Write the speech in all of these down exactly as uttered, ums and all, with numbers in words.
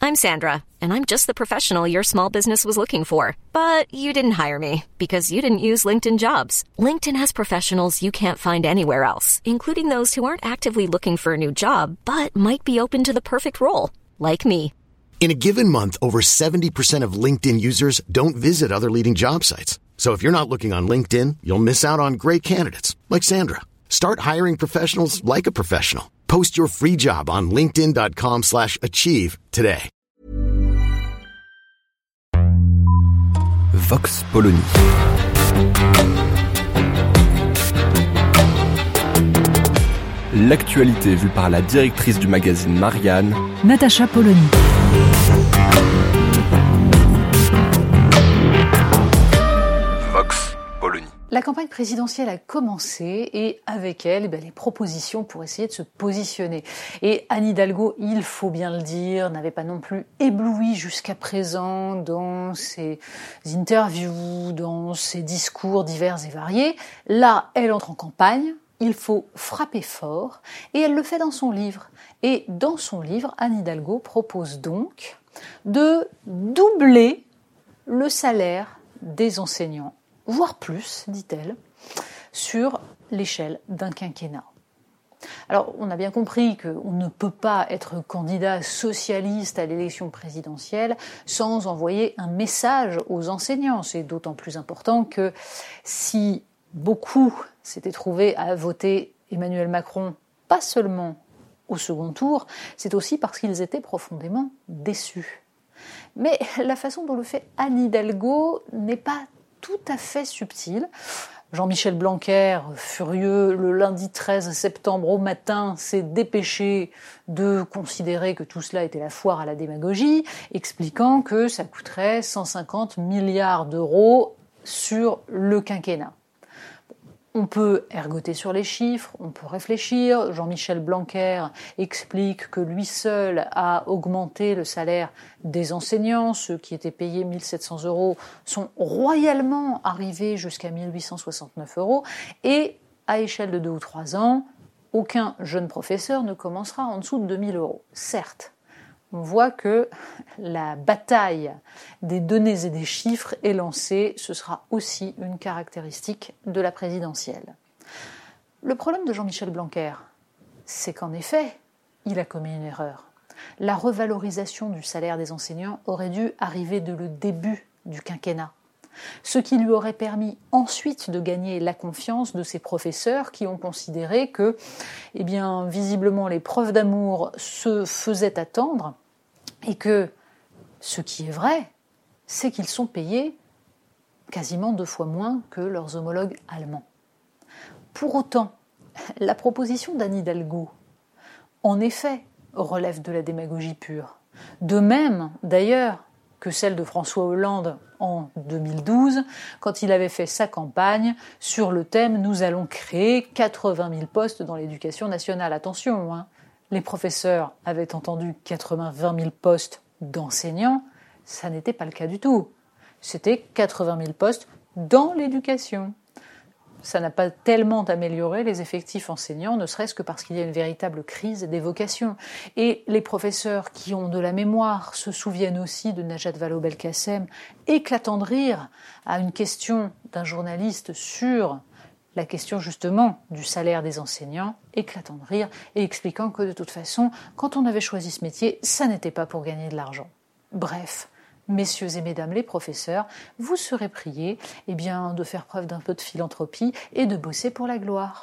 I'm Sandra, and I'm just the professional your small business was looking for. But you didn't hire me because you didn't use LinkedIn Jobs. LinkedIn has professionals you can't find anywhere else, including those who aren't actively looking for a new job, but might be open to the perfect role, like me. In a given month, over seventy percent of LinkedIn users don't visit other leading job sites. So if you're not looking on LinkedIn, you'll miss out on great candidates like Sandra. Start hiring professionals like a professional. Post your free job on linkedin.com slash achieve today. Vox Polony. L'actualité vue par la directrice du magazine Marianne, Natacha Polony. Vox Polony. La campagne présidentielle a commencé et avec elle, eh bien, les propositions pour essayer de se positionner. Et Anne Hidalgo, il faut bien le dire, n'avait pas non plus ébloui jusqu'à présent dans ses interviews, dans ses discours divers et variés. Là, elle entre en campagne. Il faut frapper fort, et elle le fait dans son livre. Et dans son livre, Anne Hidalgo propose donc de doubler le salaire des enseignants, voire plus, dit-elle, sur l'échelle d'un quinquennat. Alors, on a bien compris qu'on ne peut pas être candidat socialiste à l'élection présidentielle sans envoyer un message aux enseignants. C'est d'autant plus important que si beaucoup s'étaient trouvés à voter Emmanuel Macron, pas seulement au second tour, c'est aussi parce qu'ils étaient profondément déçus. Mais la façon dont le fait Anne Hidalgo n'est pas tout à fait subtile. Jean-Michel Blanquer, furieux, le lundi treize septembre au matin, s'est dépêché de considérer que tout cela était la foire à la démagogie, expliquant que ça coûterait cent cinquante milliards d'euros sur le quinquennat. On peut ergoter sur les chiffres, on peut réfléchir. Jean-Michel Blanquer explique que lui seul a augmenté le salaire des enseignants. Ceux qui étaient payés mille sept cents euros sont royalement arrivés jusqu'à mille huit cent soixante-neuf euros. Et à échelle de deux ou trois ans, aucun jeune professeur ne commencera en dessous de deux mille euros. Certes, on voit que la bataille des données et des chiffres est lancée. Ce sera aussi une caractéristique de la présidentielle. Le problème de Jean-Michel Blanquer, c'est qu'en effet, il a commis une erreur. La revalorisation du salaire des enseignants aurait dû arriver dès le début du quinquennat. Ce qui lui aurait permis ensuite de gagner la confiance de ses professeurs qui ont considéré que, eh bien, visiblement, les preuves d'amour se faisaient attendre et que, ce qui est vrai, c'est qu'ils sont payés quasiment deux fois moins que leurs homologues allemands. Pour autant, la proposition d'Anne Hidalgo, en effet, relève de la démagogie pure. De même, d'ailleurs, que celle de François Hollande en deux mille douze, quand il avait fait sa campagne sur le thème « Nous allons créer quatre-vingt mille postes dans l'éducation nationale ». Attention, hein, les professeurs avaient entendu quatre-vingt mille postes d'enseignants, ça n'était pas le cas du tout. C'était quatre-vingt mille postes dans l'éducation. Ça n'a pas tellement amélioré les effectifs enseignants, ne serait-ce que parce qu'il y a une véritable crise des vocations. Et les professeurs qui ont de la mémoire se souviennent aussi de Najat Vallaud-Belkacem, éclatant de rire à une question d'un journaliste sur la question justement du salaire des enseignants, éclatant de rire et expliquant que de toute façon, quand on avait choisi ce métier, ça n'était pas pour gagner de l'argent. Bref. Messieurs et mesdames les professeurs, vous serez priés eh bien, de faire preuve d'un peu de philanthropie et de bosser pour la gloire.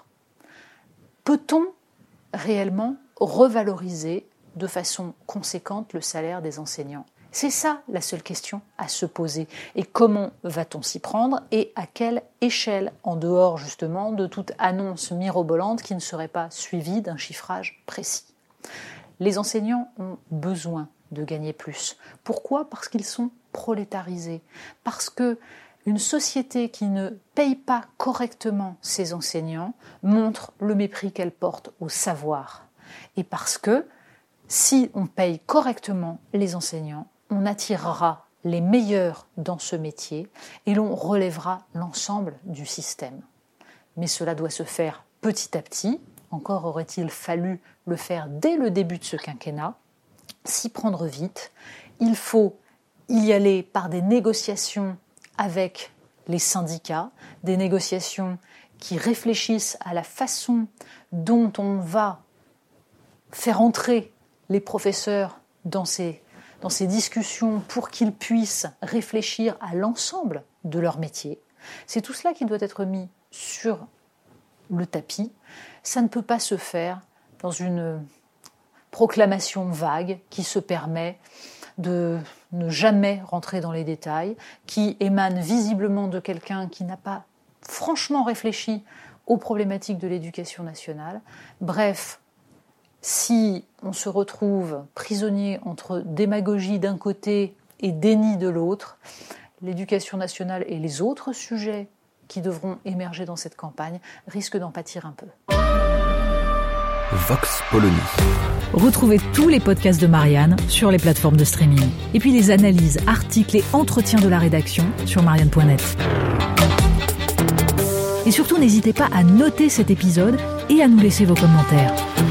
Peut-on réellement revaloriser de façon conséquente le salaire des enseignants ? C'est ça la seule question à se poser. Et comment va-t-on s'y prendre et à quelle échelle, en dehors justement de toute annonce mirobolante qui ne serait pas suivie d'un chiffrage précis ? Les enseignants ont besoin de gagner plus. Pourquoi ? Parce qu'ils sont prolétarisés. Parce que une société qui ne paye pas correctement ses enseignants montre le mépris qu'elle porte au savoir. Et parce que si on paye correctement les enseignants, on attirera les meilleurs dans ce métier et l'on relèvera l'ensemble du système. Mais cela doit se faire petit à petit. Encore aurait-il fallu le faire dès le début de ce quinquennat. s'y prendre vite. Il faut y aller par des négociations avec les syndicats, des négociations qui réfléchissent à la façon dont on va faire entrer les professeurs dans ces, dans ces discussions pour qu'ils puissent réfléchir à l'ensemble de leur métier. C'est tout cela qui doit être mis sur le tapis. Ça ne peut pas se faire dans une proclamation vague qui se permet de ne jamais rentrer dans les détails, qui émane visiblement de quelqu'un qui n'a pas franchement réfléchi aux problématiques de l'éducation nationale. Bref, si on se retrouve prisonnier entre démagogie d'un côté et déni de l'autre, l'éducation nationale et les autres sujets qui devront émerger dans cette campagne risquent d'en pâtir un peu. Vox Polony. Retrouvez tous les podcasts de Marianne sur les plateformes de streaming. Et puis les analyses, articles et entretiens de la rédaction sur marianne point net. Et surtout, n'hésitez pas à noter cet épisode et à nous laisser vos commentaires.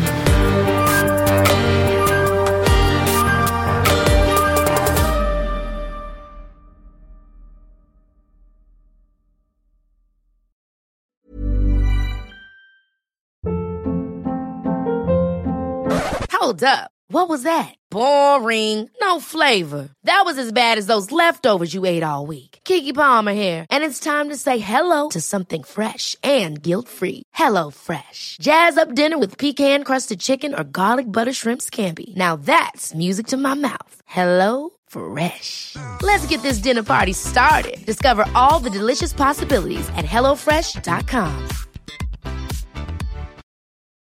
Hold up. What was that? Boring. No flavor. That was as bad as those leftovers you ate all week. Keke Palmer here, and it's time to say hello to something fresh and guilt-free. Hello Fresh. Jazz up dinner with pecan-crusted chicken or garlic butter shrimp scampi. Now that's music to my mouth. Hello Fresh. Let's get this dinner party started. Discover all the delicious possibilities at hello fresh dot com.